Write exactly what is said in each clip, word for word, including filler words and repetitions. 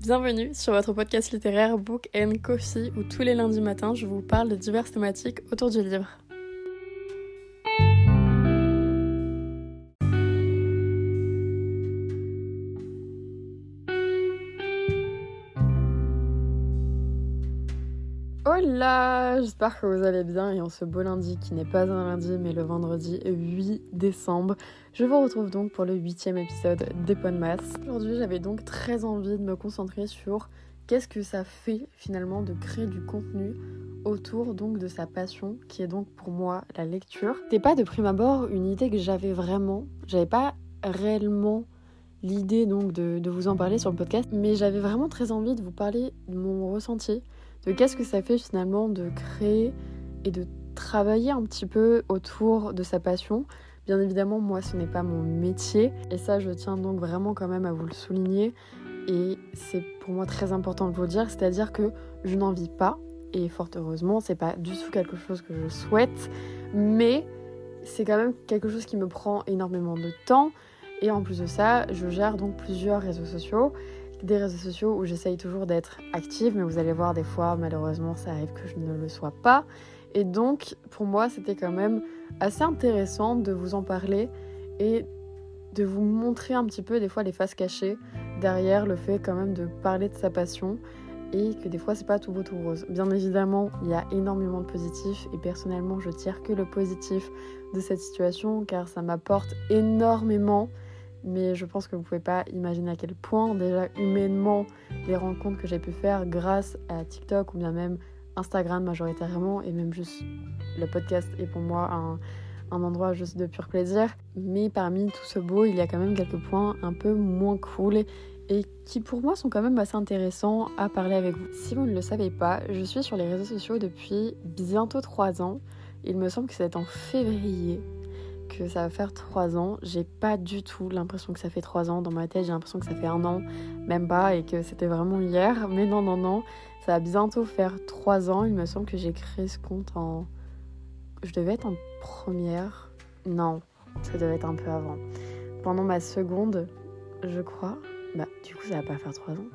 Bienvenue sur votre podcast littéraire Book and Coffee où tous les lundis matins je vous parle de diverses thématiques autour du livre. Hola, j'espère que vous allez bien et en ce beau lundi qui n'est pas un lundi mais le vendredi huit décembre, je vous retrouve donc pour le huitième épisode des Podmas. Aujourd'hui j'avais donc très envie de me concentrer sur qu'est-ce que ça fait finalement de créer du contenu autour donc de sa passion qui est donc pour moi la lecture. C'était pas de prime abord une idée que j'avais vraiment, j'avais pas réellement l'idée donc de, de vous en parler sur le podcast, mais j'avais vraiment très envie de vous parler de mon ressenti, de qu'est-ce que ça fait finalement de créer et de travailler un petit peu autour de sa passion. Bien évidemment, moi, ce n'est pas mon métier, et ça, je tiens donc vraiment quand même à vous le souligner, et c'est pour moi très important de vous le dire, c'est-à-dire que je n'en vis pas, et fort heureusement, c'est pas du tout quelque chose que je souhaite, mais c'est quand même quelque chose qui me prend énormément de temps, et en plus de ça, je gère donc plusieurs réseaux sociaux, des réseaux sociaux où j'essaye toujours d'être active, mais vous allez voir des fois malheureusement ça arrive que je ne le sois pas, et donc pour moi c'était quand même assez intéressant de vous en parler et de vous montrer un petit peu des fois les faces cachées derrière le fait quand même de parler de sa passion, et que des fois c'est pas tout beau tout rose. Bien évidemment il y a énormément de positifs et personnellement je tire que le positif de cette situation car ça m'apporte énormément. Mais je pense que vous pouvez pas imaginer à quel point, déjà humainement, les rencontres que j'ai pu faire grâce à TikTok ou bien même Instagram majoritairement, et même juste le podcast est pour moi un, un endroit juste de pur plaisir. Mais parmi tout ce beau, il y a quand même quelques points un peu moins cool et, et qui pour moi sont quand même assez intéressants à parler avec vous. Si vous ne le savez pas, je suis sur les réseaux sociaux depuis bientôt trois ans. Il me semble que c'est en février que ça va faire trois ans. J'ai pas du tout l'impression que ça fait trois ans. Dans ma tête, j'ai l'impression que ça fait un an, même pas, et que c'était vraiment hier. Mais non, non, non, ça va bientôt faire trois ans. Il me semble que j'ai créé ce compte en... Je devais être en première. Non, ça devait être un peu avant. Pendant ma seconde, je crois. Bah, du coup, ça va pas faire trois ans.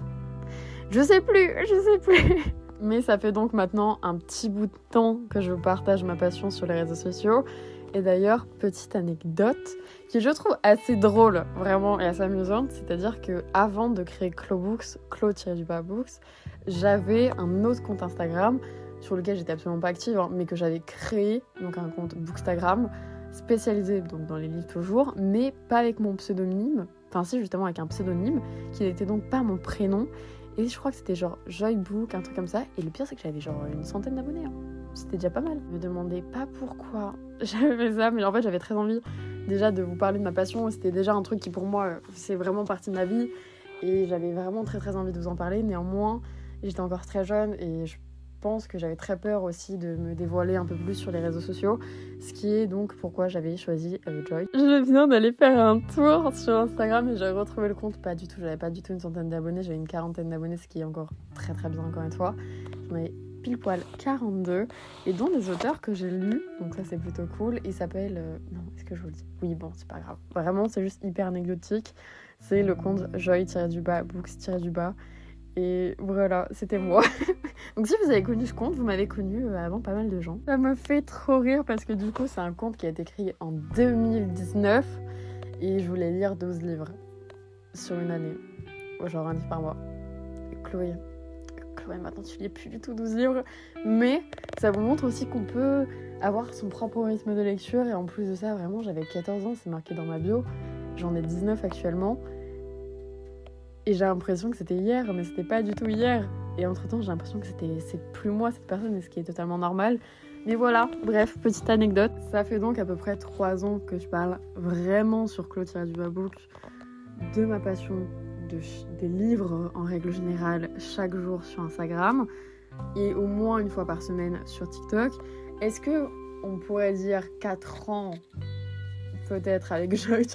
Je sais plus, je sais plus. Mais ça fait donc maintenant un petit bout de temps que je partage ma passion sur les réseaux sociaux. Et d'ailleurs, petite anecdote qui je trouve assez drôle, vraiment, et assez amusante, c'est-à-dire que avant de créer Clobooks, Clo-Books, j'avais un autre compte Instagram sur lequel j'étais absolument pas active, hein, mais que j'avais créé, donc un compte Bookstagram, spécialisé donc dans les livres toujours, mais pas avec mon pseudonyme, enfin si justement avec un pseudonyme, qui n'était donc pas mon prénom, et je crois que c'était genre Joybook, un truc comme ça, et le pire c'est que j'avais genre une centaine d'abonnés, hein. C'était déjà pas mal. Je me demandais pas pourquoi j'avais fait ça, mais en fait j'avais très envie déjà de vous parler de ma passion. C'était déjà un truc qui pour moi c'est vraiment partie de ma vie et j'avais vraiment très très envie de vous en parler. Néanmoins j'étais encore très jeune et je pense que j'avais très peur aussi de me dévoiler un peu plus sur les réseaux sociaux, ce qui est donc pourquoi j'avais choisi euh, Joy. Je viens d'aller faire un tour sur Instagram et j'ai retrouvé le compte. Pas du tout, j'avais pas du tout une centaine d'abonnés, j'avais une quarantaine d'abonnés, ce qui est encore très très bien encore une fois. J'en avais pile poil quarante-deux, et dont des auteurs que j'ai lus, donc ça c'est plutôt cool. Il s'appelle... Euh... Non, est-ce que je vous le dis ? Oui, bon, c'est pas grave. Vraiment, c'est juste hyper anecdotique. C'est le compte Joy-Books-. Et voilà, c'était moi. Donc si vous avez connu ce compte, vous m'avez connu avant pas mal de gens. Ça me fait trop rire parce que du coup, c'est un compte qui a été créé en deux mille dix-neuf et je voulais lire douze livres sur une année. Genre un livre par mois. Chloé... Ouais, maintenant tu lis plus du tout douze livres, mais ça vous montre aussi qu'on peut avoir son propre rythme de lecture. Et en plus de ça, vraiment, j'avais quatorze ans, c'est marqué dans ma bio, j'en ai dix-neuf actuellement, et j'ai l'impression que c'était hier, mais c'était pas du tout hier. Et entre temps j'ai l'impression que c'était, c'est plus moi cette personne, ce qui est totalement normal. Mais voilà, bref, petite anecdote. Ça fait donc à peu près trois ans que je parle vraiment sur Clo-Book de ma passion De, des livres en règle générale chaque jour sur Instagram et au moins une fois par semaine sur TikTok. Est-ce que on pourrait dire quatre ans peut-être avec Joy,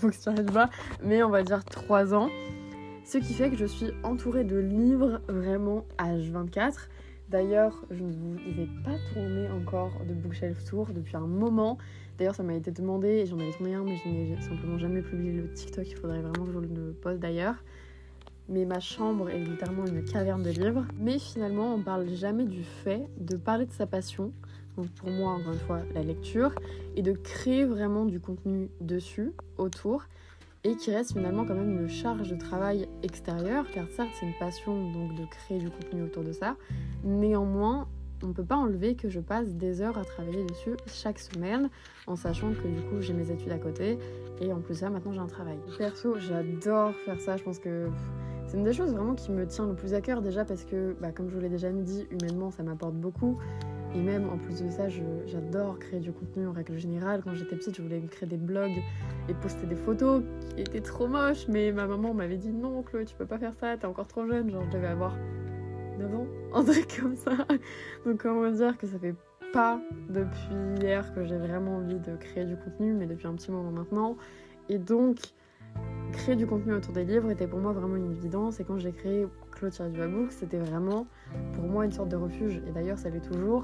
mais on va dire trois ans, ce qui fait que je suis entourée de livres vraiment H vingt-quatre. D'ailleurs, je ne vous ai pas tourné encore de Bookshelf Tour depuis un moment. D'ailleurs, ça m'a été demandé et j'en avais tourné un, mais je n'ai simplement jamais publié le TikTok. Il faudrait vraiment que je le poste d'ailleurs. mais ma chambre est littéralement une caverne de livres. Mais finalement, on parle jamais du fait de parler de sa passion, donc pour moi, encore une fois, la lecture, et de créer vraiment du contenu dessus, autour, et qui reste finalement quand même une charge de travail extérieure, car certes, c'est une passion donc de créer du contenu autour de ça. Néanmoins, on ne peut pas enlever que je passe des heures à travailler dessus chaque semaine, en sachant que du coup, j'ai mes études à côté, et en plus de ça, maintenant, j'ai un travail. Perso, j'adore faire ça, je pense que c'est une des choses vraiment qui me tient le plus à cœur, déjà parce que, bah, comme je vous l'ai déjà dit, humainement, ça m'apporte beaucoup. Et même en plus de ça, je, j'adore créer du contenu en règle générale. Quand j'étais petite, je voulais me créer des blogs et poster des photos qui étaient trop moches. Mais ma maman m'avait dit non, Chloé, tu peux pas faire ça, t'es encore trop jeune. Genre, je devais avoir neuf ans, un truc comme ça. Donc, comment dire que ça fait pas depuis hier que j'ai vraiment envie de créer du contenu, mais depuis un petit moment maintenant. Et donc, créer du contenu autour des livres était pour moi vraiment une évidence. Et quand j'ai créé Chloé du Book, c'était vraiment pour moi une sorte de refuge. Et d'ailleurs, ça l'est toujours.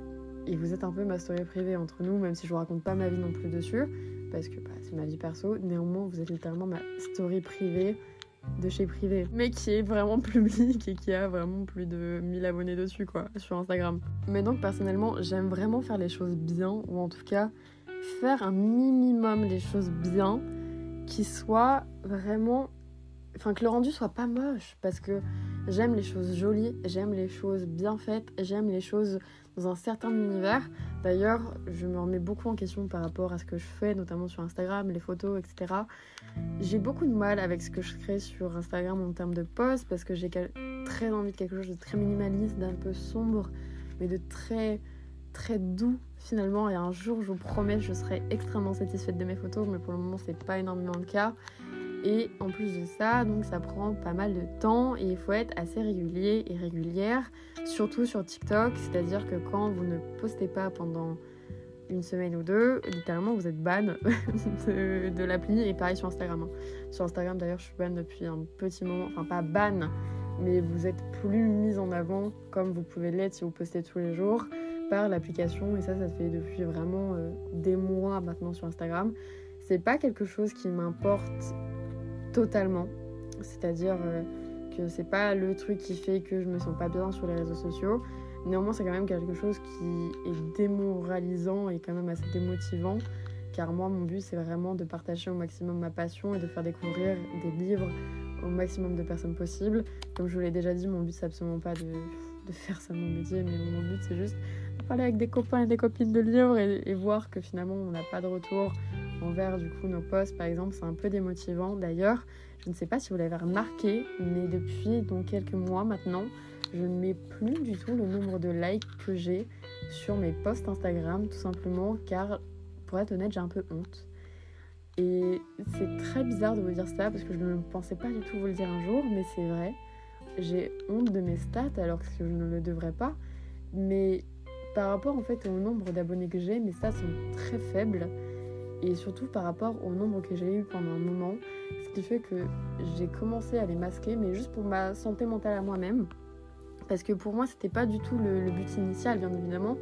Et vous êtes un peu ma story privée entre nous, même si je vous raconte pas ma vie non plus dessus, parce que bah, c'est ma vie perso. Néanmoins, vous êtes littéralement ma story privée de chez Privé, mais qui est vraiment publique et qui a vraiment plus de mille abonnés dessus, quoi, sur Instagram. Mais donc, personnellement, j'aime vraiment faire les choses bien, ou en tout cas, faire un minimum les choses bien, qui soient vraiment... Enfin, que le rendu soit pas moche, parce que j'aime les choses jolies, j'aime les choses bien faites, j'aime les choses dans un certain univers. D'ailleurs, je me remets beaucoup en question par rapport à ce que je fais, notamment sur Instagram, les photos, et cetera. J'ai beaucoup de mal avec ce que je crée sur Instagram en termes de posts, parce que j'ai très envie de quelque chose de très minimaliste, d'un peu sombre, mais de très, très doux finalement. Et un jour, je vous promets, je serai extrêmement satisfaite de mes photos, mais pour le moment, c'est pas énormément le cas. Et en plus de ça, donc ça prend pas mal de temps et il faut être assez régulier et régulière, surtout sur TikTok, c'est-à-dire que quand vous ne postez pas pendant une semaine ou deux, littéralement vous êtes ban de, de l'appli, et pareil sur Instagram. Hein. Sur Instagram d'ailleurs, je suis ban depuis un petit moment, enfin pas ban, mais vous êtes plus mise en avant comme vous pouvez l'être si vous postez tous les jours par l'application, et ça, ça fait depuis vraiment euh, des mois maintenant sur Instagram. C'est pas quelque chose qui m'importe totalement, c'est-à-dire euh, que c'est pas le truc qui fait que je me sens pas bien sur les réseaux sociaux. Néanmoins, c'est quand même quelque chose qui est démoralisant et quand même assez démotivant, car moi, mon but, c'est vraiment de partager au maximum ma passion et de faire découvrir des livres au maximum de personnes possibles. Comme je vous l'ai déjà dit, mon but, c'est absolument pas de, de faire ça mon métier, mais mon but, c'est juste de parler avec des copains et des copines de livres et, et voir que finalement, on n'a pas de retour envers du coup nos posts, par exemple. C'est un peu démotivant. D'ailleurs, je ne sais pas si vous l'avez remarqué, mais depuis donc quelques mois maintenant, je ne mets plus du tout le nombre de likes que j'ai sur mes posts Instagram, tout simplement car, pour être honnête, j'ai un peu honte. Et c'est très bizarre de vous dire ça parce que je ne pensais pas du tout vous le dire un jour, mais c'est vrai. J'ai honte de mes stats alors que je ne le devrais pas. Mais par rapport en fait au nombre d'abonnés que j'ai, mes stats sont très faibles. Et surtout par rapport au nombre que j'ai eu pendant un moment, ce qui fait que j'ai commencé à les masquer, mais juste pour ma santé mentale à moi-même, parce que pour moi c'était pas du tout le, le but initial, bien évidemment.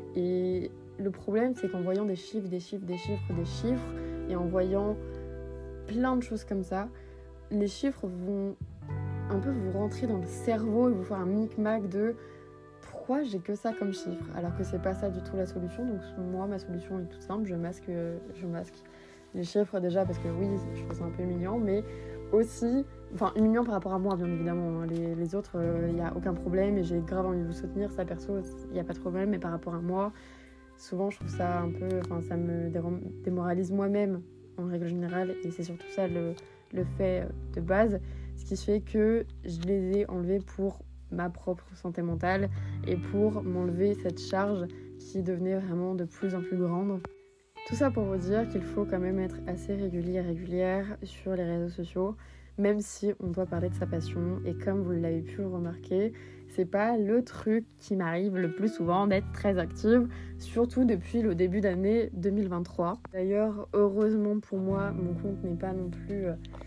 Et le problème, c'est qu'en voyant des chiffres, des chiffres, des chiffres, des chiffres, et en voyant plein de choses comme ça, les chiffres vont un peu vous rentrer dans le cerveau et vous faire un micmac de pourquoi j'ai que ça comme chiffre, alors que c'est pas ça du tout la solution. Donc moi, ma solution est toute simple, je masque, je masque les chiffres déjà parce que oui, je trouve ça un peu humiliant, mais aussi, enfin humiliant par rapport à moi bien évidemment, hein. les, les autres, il euh, n'y a aucun problème et j'ai grave envie de vous soutenir, ça perso, il n'y a pas de problème, mais par rapport à moi, souvent je trouve ça un peu, enfin ça me démoralise moi-même en règle générale, et c'est surtout ça le, le fait de base, ce qui fait que je les ai enlevés pour ma propre santé mentale et pour m'enlever cette charge qui devenait vraiment de plus en plus grande. Tout ça pour vous dire qu'il faut quand même être assez régulier et régulière sur les réseaux sociaux, même si on doit parler de sa passion. Et comme vous l'avez pu le remarquer, c'est pas le truc qui m'arrive le plus souvent d'être très active, surtout depuis le début d'année deux mille vingt-trois. D'ailleurs, heureusement pour moi, mon compte n'est pas non plus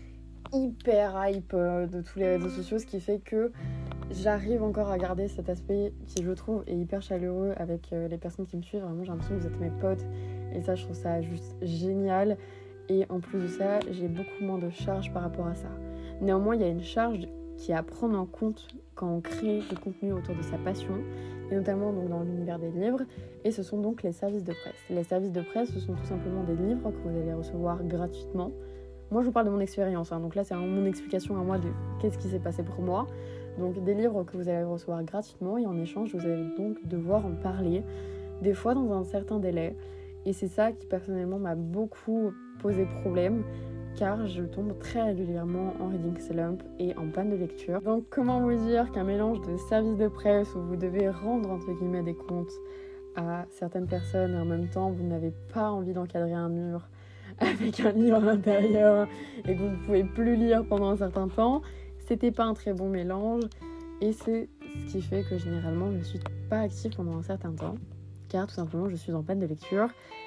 hyper hype de tous les réseaux sociaux, ce qui fait que j'arrive encore à garder cet aspect qui, je trouve, est hyper chaleureux avec les personnes qui me suivent. Vraiment, j'ai l'impression que vous êtes mes potes. Et ça, je trouve ça juste génial. Et en plus de ça, j'ai beaucoup moins de charge par rapport à ça. Néanmoins, il y a une charge qui est à prendre en compte quand on crée du contenu autour de sa passion, et notamment donc dans l'univers des livres, et ce sont donc les services de presse. Les services de presse, ce sont tout simplement des livres que vous allez recevoir gratuitement. Moi, je vous parle de mon expérience, hein, donc là, c'est mon explication à moi de qu'est-ce qui s'est passé pour moi. Donc, des livres que vous allez recevoir gratuitement, et en échange, vous allez donc devoir en parler, des fois dans un certain délai. Et c'est ça qui, personnellement, m'a beaucoup posé problème, car je tombe très régulièrement en reading slump et en panne de lecture. Donc, comment vous dire qu'un mélange de services de presse où vous devez rendre, entre guillemets, des comptes à certaines personnes, et en même temps, vous n'avez pas envie d'encadrer un mur avec un livre à l'intérieur et que vous ne pouvez plus lire pendant un certain temps, c'était pas un très bon mélange, et c'est ce qui fait que généralement je ne suis pas active pendant un certain temps, car tout simplement je suis en panne de lecture,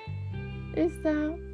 et ça,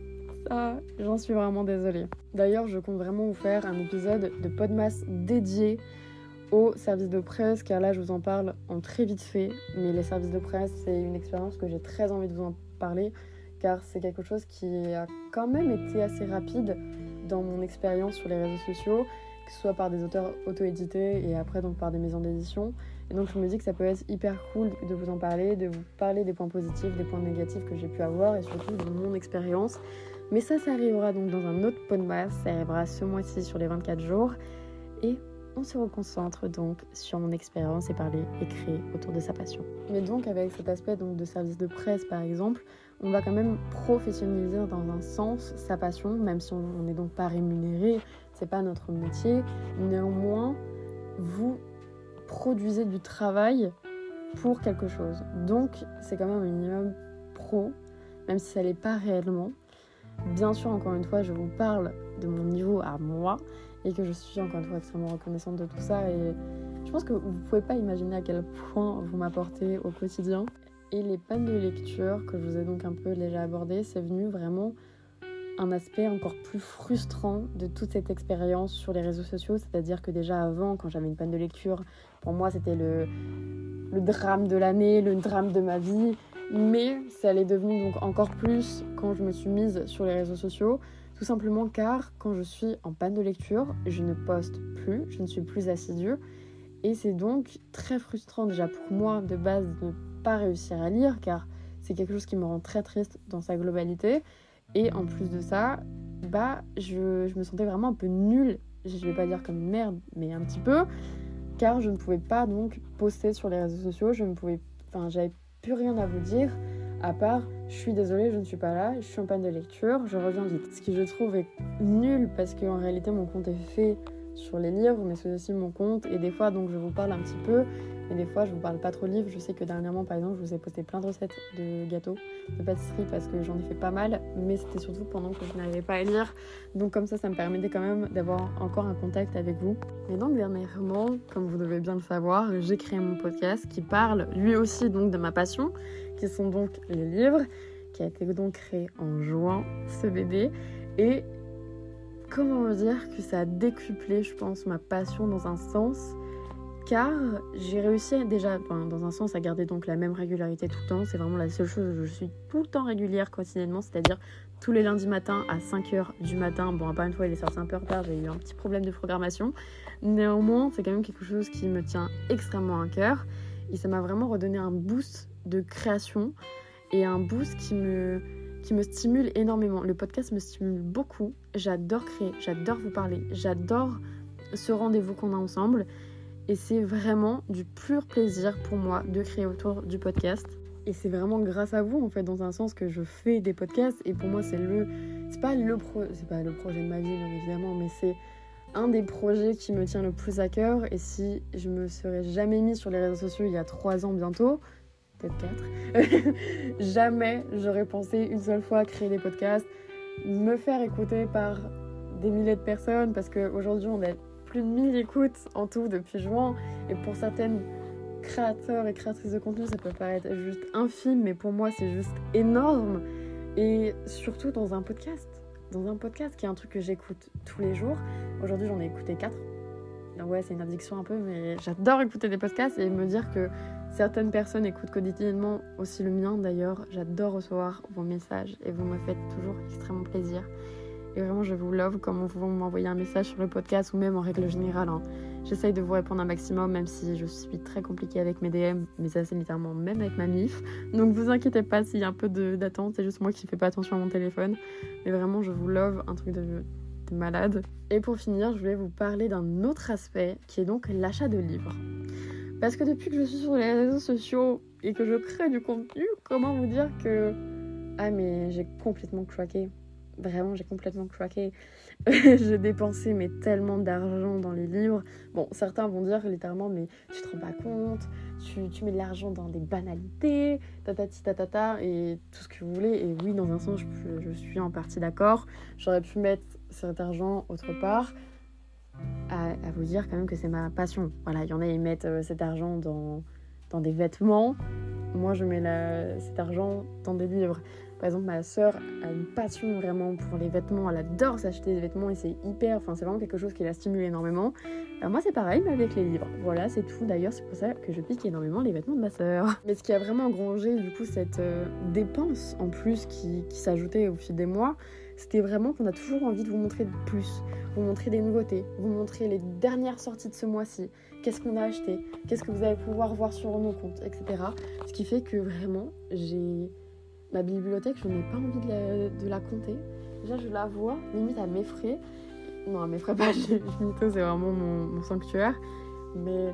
ça, j'en suis vraiment désolée. D'ailleurs, je compte vraiment vous faire un épisode de Podmas dédié aux services de presse, car là je vous en parle en très vite fait, mais les services de presse, c'est une expérience que j'ai très envie de vous en parler, car c'est quelque chose qui a quand même été assez rapide dans mon expérience sur les réseaux sociaux, que ce soit par des auteurs auto-édités et après donc par des maisons d'édition. Et donc je me dis que ça peut être hyper cool de vous en parler, de vous parler des points positifs, des points négatifs que j'ai pu avoir et surtout de mon expérience. Mais ça, ça arrivera donc dans un autre podcast, ça arrivera ce mois-ci sur les vingt-quatre jours. Et on se reconcentre donc sur mon expérience et parler et créer autour de sa passion. Mais donc avec cet aspect donc de service de presse par exemple, on va quand même professionnaliser dans un sens sa passion, même si on n'est donc pas rémunéré, c'est pas notre métier. Néanmoins, vous produisez du travail pour quelque chose. Donc c'est quand même un minimum pro, même si ça l'est pas réellement. Bien sûr, encore une fois, je vous parle de mon niveau à moi, et que je suis encore une fois extrêmement reconnaissante de tout ça, et je pense que vous ne pouvez pas imaginer à quel point vous m'apportez au quotidien. Et les pannes de lecture que je vous ai donc un peu déjà abordées, c'est venu vraiment un aspect encore plus frustrant de toute cette expérience sur les réseaux sociaux, c'est-à-dire que déjà avant, quand j'avais une panne de lecture, pour moi c'était le, le drame de l'année, le drame de ma vie, mais ça l'est devenu donc encore plus quand je me suis mise sur les réseaux sociaux. Tout simplement car quand je suis en panne de lecture, je ne poste plus, je ne suis plus assidue. Et c'est donc très frustrant déjà pour moi de base de ne pas réussir à lire, car c'est quelque chose qui me rend très triste dans sa globalité. Et en plus de ça, bah, je, je me sentais vraiment un peu nulle, je ne vais pas dire comme une merde, mais un petit peu, car je ne pouvais pas donc poster sur les réseaux sociaux, je ne pouvais, enfin, j'avais plus rien à vous dire. À part, je suis désolée, je ne suis pas là, je suis en panne de lecture, je reviens vite. Ce qui je trouve est nul parce qu'en réalité mon compte est fait sur les livres, mais c'est aussi mon compte. Et des fois, donc je vous parle un petit peu, mais des fois je vous parle pas trop livres. Je sais que dernièrement, par exemple, je vous ai posté plein de recettes de gâteaux, de pâtisserie parce que j'en ai fait pas mal, mais c'était surtout pendant que je n'arrivais pas à lire. Donc comme ça, ça me permettait quand même d'avoir encore un contact avec vous. Et donc dernièrement, comme vous devez bien le savoir, j'ai créé mon podcast qui parle lui aussi donc de ma passion, qui sont donc les livres, qui a été donc créé en juin, ce bébé. Et comment vous dire que ça a décuplé, je pense, ma passion dans un sens, car j'ai réussi déjà, enfin, dans un sens, à garder donc la même régularité tout le temps. C'est vraiment la seule chose où je suis tout le temps régulière quotidiennement, c'est-à-dire tous les lundis matins à cinq heures du matin. Bon, pas une fois, il est sorti un peu en retard, j'ai eu un petit problème de programmation. Néanmoins, c'est quand même quelque chose qui me tient extrêmement à cœur, et ça m'a vraiment redonné un boost de création et un boost qui me, qui me stimule énormément. Le podcast me stimule beaucoup, j'adore créer, j'adore vous parler, j'adore ce rendez-vous qu'on a ensemble, et c'est vraiment du pur plaisir pour moi de créer autour du podcast. Et c'est vraiment grâce à vous en fait, dans un sens, que je fais des podcasts, et pour moi c'est le c'est pas le pro c'est pas le projet de ma vie bien évidemment, mais c'est un des projets qui me tient le plus à cœur. Et si je me serais jamais mis sur les réseaux sociaux il y a trois ans bientôt, peut-être quatre, jamais j'aurais pensé une seule fois créer des podcasts, me faire écouter par des milliers de personnes, parce qu'aujourd'hui on a plus de mille écoutes en tout depuis juin, et pour certaines créateurs et créatrices de contenu ça peut paraître juste infime, mais pour moi c'est juste énorme. Et surtout dans un podcast, dans un podcast qui est un truc que j'écoute tous les jours. Aujourd'hui j'en ai écouté quatre. Ouais, c'est une addiction un peu, mais j'adore écouter des podcasts et me dire que certaines personnes écoutent quotidiennement aussi le mien. D'ailleurs, j'adore recevoir vos messages et vous me faites toujours extrêmement plaisir. Et vraiment, je vous love comme vous m'envoyez un message sur le podcast ou même en règle générale. Hein. J'essaye de vous répondre un maximum, même si je suis très compliquée avec mes D M, mais ça c'est littéralement même avec ma mif. Donc vous inquiétez pas s'il y a un peu de, d'attente, c'est juste moi qui fais pas attention à mon téléphone. Mais vraiment, je vous love, un truc de, de malade. Et pour finir, je voulais vous parler d'un autre aspect, qui est donc l'achat de livres. Parce que depuis que je suis sur les réseaux sociaux et que je crée du contenu, comment vous dire que... Ah mais j'ai complètement craqué. Vraiment, j'ai complètement craqué. J'ai dépensé mais tellement d'argent dans les livres. Bon, certains vont dire littéralement, mais tu te rends pas compte, tu, tu mets de l'argent dans des banalités, tatati tatata, et tout ce que vous voulez. Et oui, dans un sens, je, je suis en partie d'accord. J'aurais pu mettre cet argent autre part. À, à vous dire quand même que c'est ma passion. Voilà, il y en a, ils mettent euh, cet argent dans, dans des vêtements. Moi, je mets la, cet argent dans des livres. Par exemple, ma sœur a une passion vraiment pour les vêtements. Elle adore s'acheter des vêtements et c'est hyper... Enfin, c'est vraiment quelque chose qui la stimule énormément. Ben, moi, c'est pareil, mais avec les livres. Voilà, c'est tout. D'ailleurs, c'est pour ça que je pique énormément les vêtements de ma sœur. Mais ce qui a vraiment engrangé, du coup, cette euh, dépense en plus qui, qui s'ajoutait au fil des mois, c'était vraiment qu'on a toujours envie de vous montrer plus, vous montrer des nouveautés, vous montrer les dernières sorties de ce mois-ci, qu'est-ce qu'on a acheté, qu'est-ce que vous allez pouvoir voir sur nos comptes, et cetera. Ce qui fait que vraiment, j'ai... Ma bibliothèque, je n'ai pas envie de la, de la compter. Déjà, je la vois, limite, elle m'effraie. Non, elle m'effraie pas, je mytho, c'est vraiment mon, mon sanctuaire. Mais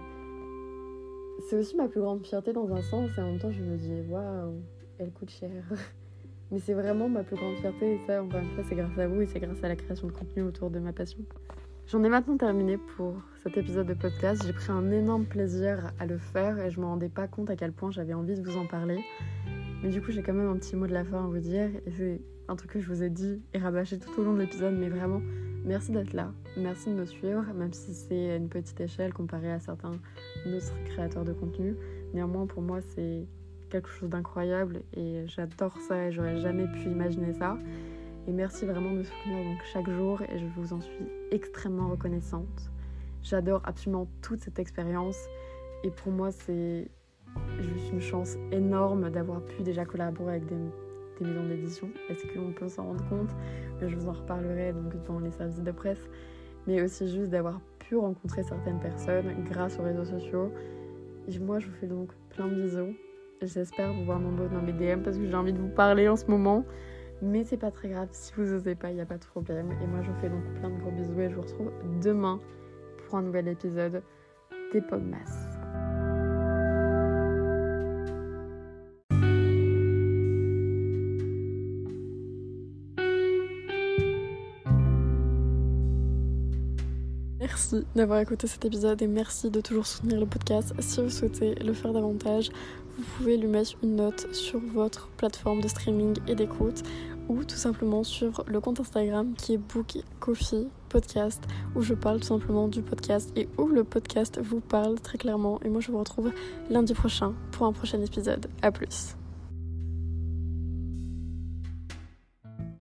c'est aussi ma plus grande fierté dans un sens, et en même temps, je me dis, waouh, elle coûte cher. Mais c'est vraiment ma plus grande fierté, et ça, encore une fois, c'est grâce à vous, et c'est grâce à la création de contenu autour de ma passion. J'en ai maintenant terminé pour cet épisode de podcast. J'ai pris un énorme plaisir à le faire, et je ne me rendais pas compte à quel point j'avais envie de vous en parler. Mais du coup, j'ai quand même un petit mot de la fin à vous dire. Et c'est un truc que je vous ai dit et rabâché tout au long de l'épisode. Mais vraiment, merci d'être là. Merci de me suivre, même si c'est à une petite échelle comparé à certains autres créateurs de contenu. Néanmoins, pour moi, c'est quelque chose d'incroyable. Et j'adore ça et j'aurais jamais pu imaginer ça. Et merci vraiment de me soutenir donc chaque jour. Et je vous en suis extrêmement reconnaissante. J'adore absolument toute cette expérience. Et pour moi, c'est... juste une chance énorme d'avoir pu déjà collaborer avec des, des maisons d'édition. Est-ce qu'on peut s'en rendre compte ? Je vous en reparlerai donc dans les services de presse. Mais aussi juste d'avoir pu rencontrer certaines personnes grâce aux réseaux sociaux. Et moi, je vous fais donc plein de bisous. J'espère vous voir nombreux dans mes D M parce que j'ai envie de vous parler en ce moment. Mais c'est pas très grave. Si vous osez pas, il n'y a pas de problème. Et moi, je vous fais donc plein de gros bisous et je vous retrouve demain pour un nouvel épisode des Podmas. Merci d'avoir écouté cet épisode et merci de toujours soutenir le podcast. Si vous souhaitez le faire davantage, vous pouvez lui mettre une note sur votre plateforme de streaming et d'écoute ou tout simplement sur le compte Instagram qui est Book Coffee Podcast où je parle tout simplement du podcast et où le podcast vous parle très clairement. Et moi je vous retrouve lundi prochain pour un prochain épisode. À plus.